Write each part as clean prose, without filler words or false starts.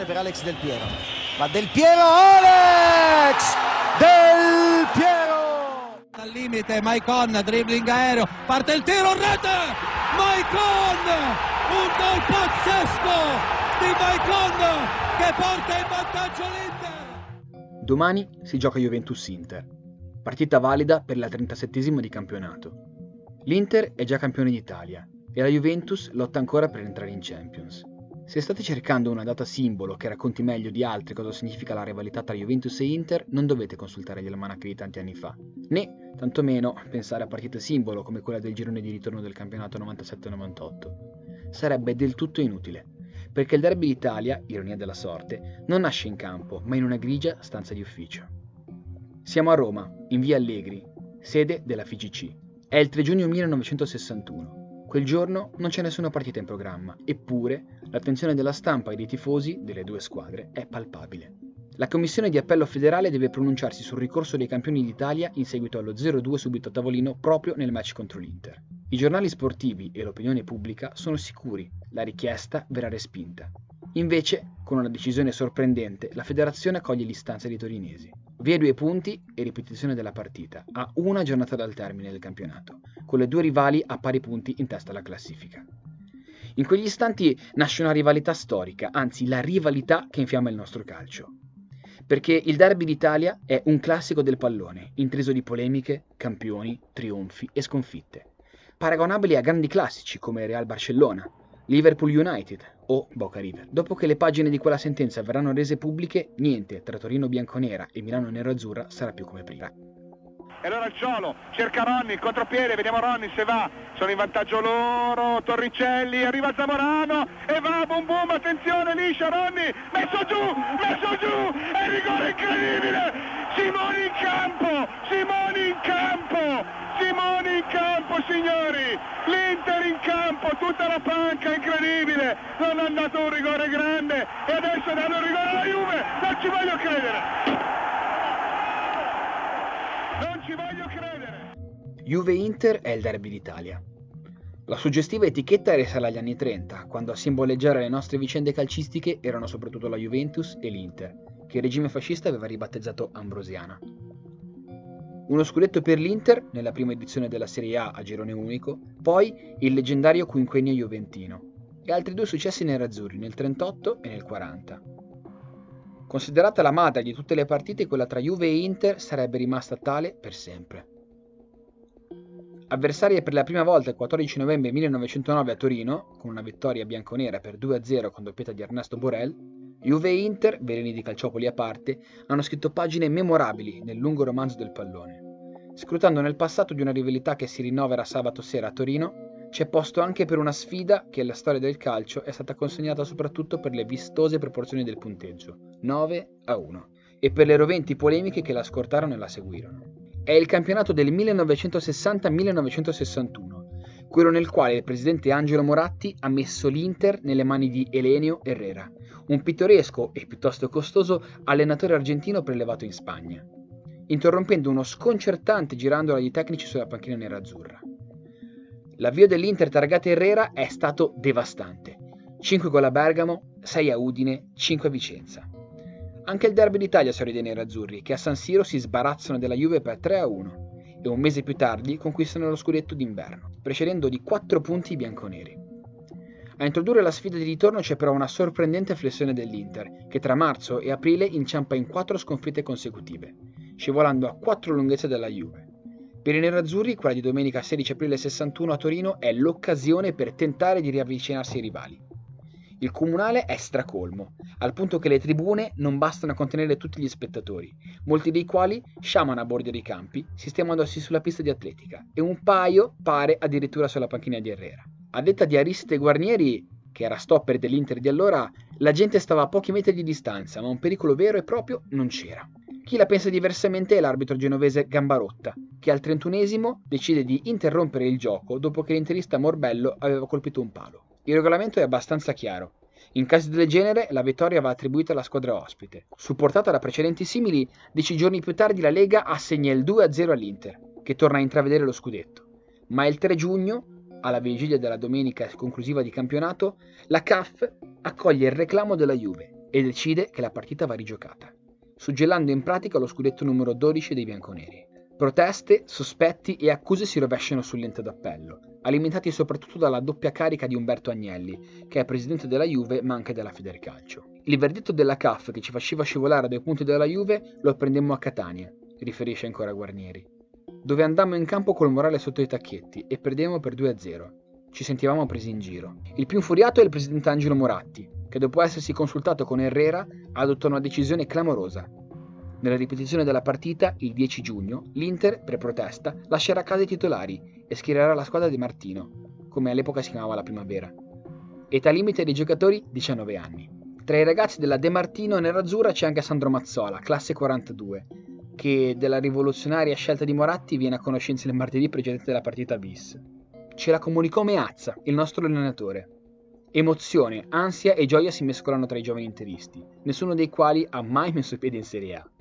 punizione per Alex Del Piero. Ma Del Piero, Alex Del Piero! Al limite, Maicon, dribbling aereo, parte il tiro, rete! Maicon! Un gol pazzesco di Maicon che porta in vantaggio l'Inter! Domani si gioca Juventus-Inter, partita valida per la 37esima di campionato. L'Inter è già campione d'Italia e la Juventus lotta ancora per entrare in Champions. Se state cercando una data simbolo che racconti meglio di altri cosa significa la rivalità tra Juventus e Inter, non dovete consultare gli almanacchi di tanti anni fa, né tantomeno pensare a partite simbolo come quella del girone di ritorno del campionato 97-98. Sarebbe del tutto inutile, perché il derby d'Italia, ironia della sorte, non nasce in campo, ma in una grigia stanza di ufficio. Siamo a Roma, in via Allegri, sede della FIGC. È il 3 giugno 1961. Quel giorno non c'è nessuna partita in programma, eppure l'attenzione della stampa e dei tifosi delle due squadre è palpabile. La Commissione di Appello Federale deve pronunciarsi sul ricorso dei campioni d'Italia in seguito allo 0-2 subito a tavolino proprio nel match contro l'Inter. I giornali sportivi e l'opinione pubblica sono sicuri, la richiesta verrà respinta. Invece, con una decisione sorprendente, la federazione accoglie l'istanza dei torinesi. Via 2 punti e ripetizione della partita, a una giornata dal termine del campionato, con le due rivali a pari punti in testa alla classifica. In quegli istanti nasce una rivalità storica, anzi la rivalità che infiamma il nostro calcio. Perché il derby d'Italia è un classico del pallone, intriso di polemiche, campioni, trionfi e sconfitte. Paragonabili a grandi classici come Real Barcellona, Liverpool United o Boca River. Dopo che le pagine di quella sentenza verranno rese pubbliche, niente tra Torino bianconera e Milano nerazzurra sarà più come prima. E allora il Ciolo cerca Ronny, contropiede, vediamo Ronny se va, sono in vantaggio loro, Torricelli, arriva Zamorano e va, boom boom, attenzione, liscia Ronny, messo giù, è rigore incredibile, Simoni in campo, signori, l'Inter in campo, tutta la panca, incredibile, non è andato un rigore grande e adesso danno un rigore alla Juve, non ci voglio credere. Juve-Inter è il derby d'Italia. La suggestiva etichetta risale agli anni 30, quando a simboleggiare le nostre vicende calcistiche erano soprattutto la Juventus e l'Inter, che il regime fascista aveva ribattezzato Ambrosiana. Uno scudetto per l'Inter nella prima edizione della Serie A a girone unico, poi il leggendario quinquennio juventino e altri due successi nerazzurri nel 38 e nel 40. Considerata la madre di tutte le partite, quella tra Juve e Inter sarebbe rimasta tale per sempre. Avversarie per la prima volta il 14 novembre 1909 a Torino, con una vittoria bianconera per 2-0 con doppietta di Ernesto Borel, Juve e Inter, veleni di calciopoli a parte, hanno scritto pagine memorabili nel lungo romanzo del pallone. Scrutando nel passato di una rivalità che si rinnova sabato sera a Torino, c'è posto anche per una sfida che alla storia del calcio è stata consegnata soprattutto per le vistose proporzioni del punteggio, 9-1, e per le roventi polemiche che la scortarono e la seguirono. È il campionato del 1960-1961, quello nel quale il presidente Angelo Moratti ha messo l'Inter nelle mani di Elenio Herrera, un pittoresco e piuttosto costoso allenatore argentino prelevato in Spagna, interrompendo uno sconcertante girandola di tecnici sulla panchina nerazzurra. L'avvio dell'Inter targata Herrera è stato devastante. 5 gol a Bergamo, 6 a Udine, 5 a Vicenza. Anche il derby d'Italia sorride ai nerazzurri, che a San Siro si sbarazzano della Juve per 3-1 e un mese più tardi conquistano lo scudetto d'inverno, precedendo di 4 punti i bianconeri. A introdurre la sfida di ritorno c'è però una sorprendente flessione dell'Inter, che tra marzo e aprile inciampa in 4 sconfitte consecutive, scivolando a 4 lunghezze dalla Juve. Per i nerazzurri, quella di domenica 16 aprile 61 a Torino è l'occasione per tentare di riavvicinarsi ai rivali. Il comunale è stracolmo, al punto che le tribune non bastano a contenere tutti gli spettatori, molti dei quali sciamano a bordo dei campi, sistemandosi sulla pista di atletica, e un paio pare addirittura sulla panchina di Herrera. A detta di Ariste Guarnieri, che era stopper dell'Inter di allora, la gente stava a pochi metri di distanza, ma un pericolo vero e proprio non c'era. Chi la pensa diversamente è l'arbitro genovese Gambarotta, che al 31esimo decide di interrompere il gioco dopo che l'interista Morbello aveva colpito un palo. Il regolamento è abbastanza chiaro. In casi del genere la vittoria va attribuita alla squadra ospite. Supportata da precedenti simili, 10 giorni più tardi la Lega assegna il 2-0 all'Inter, che torna a intravedere lo scudetto. Ma il 3 giugno, alla vigilia della domenica conclusiva di campionato, la CAF accoglie il reclamo della Juve, e decide che la partita va rigiocata, suggellando in pratica lo scudetto numero 12 dei bianconeri. Proteste, sospetti e accuse si rovesciano sull'ente d'appello, alimentati soprattutto dalla doppia carica di Umberto Agnelli, che è presidente della Juve ma anche della Federcalcio. Il verdetto della CAF che ci faceva scivolare a 2 punti dalla Juve lo prendemmo a Catania, riferisce ancora Guarnieri, dove andammo in campo col morale sotto i tacchetti e perdemmo per 2-0. Ci sentivamo presi in giro. Il più infuriato è il presidente Angelo Moratti, che dopo essersi consultato con Herrera adottò una decisione clamorosa. Nella ripetizione della partita, il 10 giugno, l'Inter, per protesta, lascerà a casa i titolari e schiererà la squadra di Martino, come all'epoca si chiamava la primavera. Età limite dei giocatori, 19 anni. Tra i ragazzi della De Martino nerazzurra c'è anche Sandro Mazzola, classe 42, che della rivoluzionaria scelta di Moratti viene a conoscenza il martedì precedente della partita bis. Ce la comunicò Meazza, il nostro allenatore. Emozione, ansia e gioia si mescolano tra i giovani interisti, nessuno dei quali ha mai messo piede in Serie A.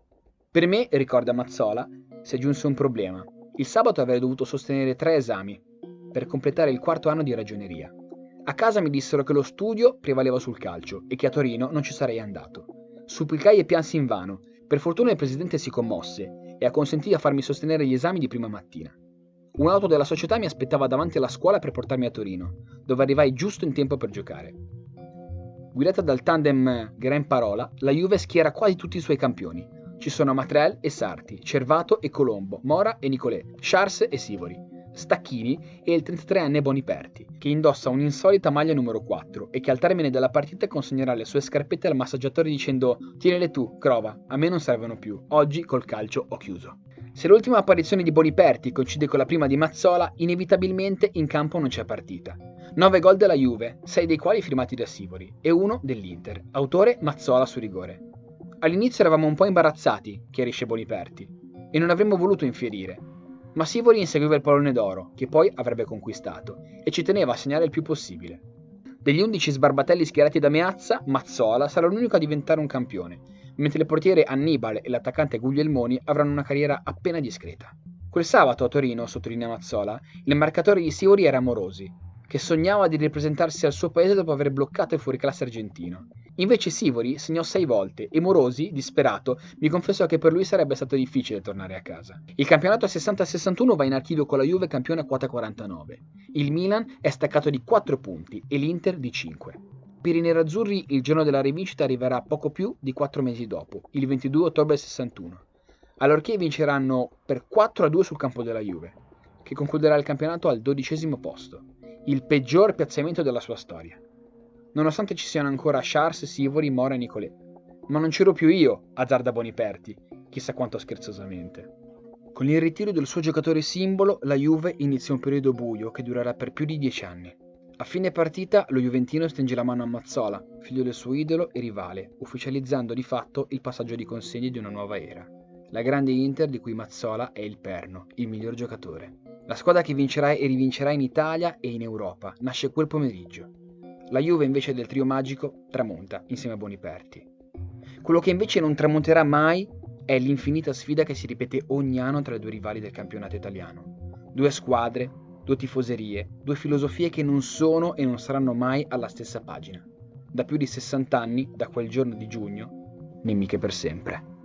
Per me, ricorda Mazzola, si aggiunse un problema. Il sabato avrei dovuto sostenere 3 esami per completare il 4º anno di ragioneria. A casa mi dissero che lo studio prevaleva sul calcio e che a Torino non ci sarei andato. Supplicai e piansi invano. Per fortuna il presidente si commosse e acconsentì a farmi sostenere gli esami di prima mattina. Un'auto della società mi aspettava davanti alla scuola per portarmi a Torino, dove arrivai giusto in tempo per giocare. Guidata dal tandem Guerin-Parola, la Juve schiera quasi tutti i suoi campioni. Ci sono Matrel e Sarti, Cervato e Colombo, Mora e Nicolè, Charles e Sivori, Stacchini e il 33enne Boniperti, che indossa un'insolita maglia numero 4 e che al termine della partita consegnerà le sue scarpette al massaggiatore dicendo «Tienile tu, Crova, a me non servono più, oggi col calcio ho chiuso». Se l'ultima apparizione di Boniperti coincide con la prima di Mazzola, inevitabilmente in campo non c'è partita. 9 gol della Juve, 6 dei quali firmati da Sivori e 1 dell'Inter, autore Mazzola su rigore. All'inizio eravamo un po' imbarazzati, chiarisce Boniperti, e non avremmo voluto infierire. Ma Sivori inseguiva il pallone d'oro, che poi avrebbe conquistato, e ci teneva a segnare il più possibile. Degli 11 sbarbatelli schierati da Meazza, Mazzola sarà l'unico a diventare un campione, mentre il portiere Annibale e l'attaccante Guglielmoni avranno una carriera appena discreta. Quel sabato a Torino, sottolinea Mazzola, il marcatore di Sivori era Morosi, che sognava di ripresentarsi al suo paese dopo aver bloccato il fuoriclasse argentino. Invece Sivori segnò 6 volte e Morosi, disperato, mi confessò che per lui sarebbe stato difficile tornare a casa. Il campionato a 60-61 va in archivio con la Juve campione a quota 49. Il Milan è staccato di 4 punti e l'Inter di 5. Per i nerazzurri il giorno della rivincita arriverà poco più di 4 mesi dopo, il 22 ottobre 61, allorché vinceranno per 4-2 sul campo della Juve, che concluderà il campionato al 12° posto, il peggior piazzamento della sua storia. Nonostante ci siano ancora Charles, Sivori, Mora e Nicolè. Ma non c'ero più io, azzarda Boniperti, chissà quanto scherzosamente. Con il ritiro del suo giocatore simbolo, la Juve inizia un periodo buio che durerà per più di 10 anni. A fine partita, lo juventino stringe la mano a Mazzola, figlio del suo idolo e rivale, ufficializzando di fatto il passaggio di consegne di una nuova era. La grande Inter di cui Mazzola è il perno, il miglior giocatore. La squadra che vincerà e rivincerà in Italia e in Europa nasce quel pomeriggio. La Juve invece del trio magico tramonta insieme a Boniperti. Quello che invece non tramonterà mai è l'infinita sfida che si ripete ogni anno tra i 2 rivali del campionato italiano. 2 squadre, 2 tifoserie, 2 filosofie che non sono e non saranno mai alla stessa pagina. Da più di 60 anni, da quel giorno di giugno, nemiche per sempre.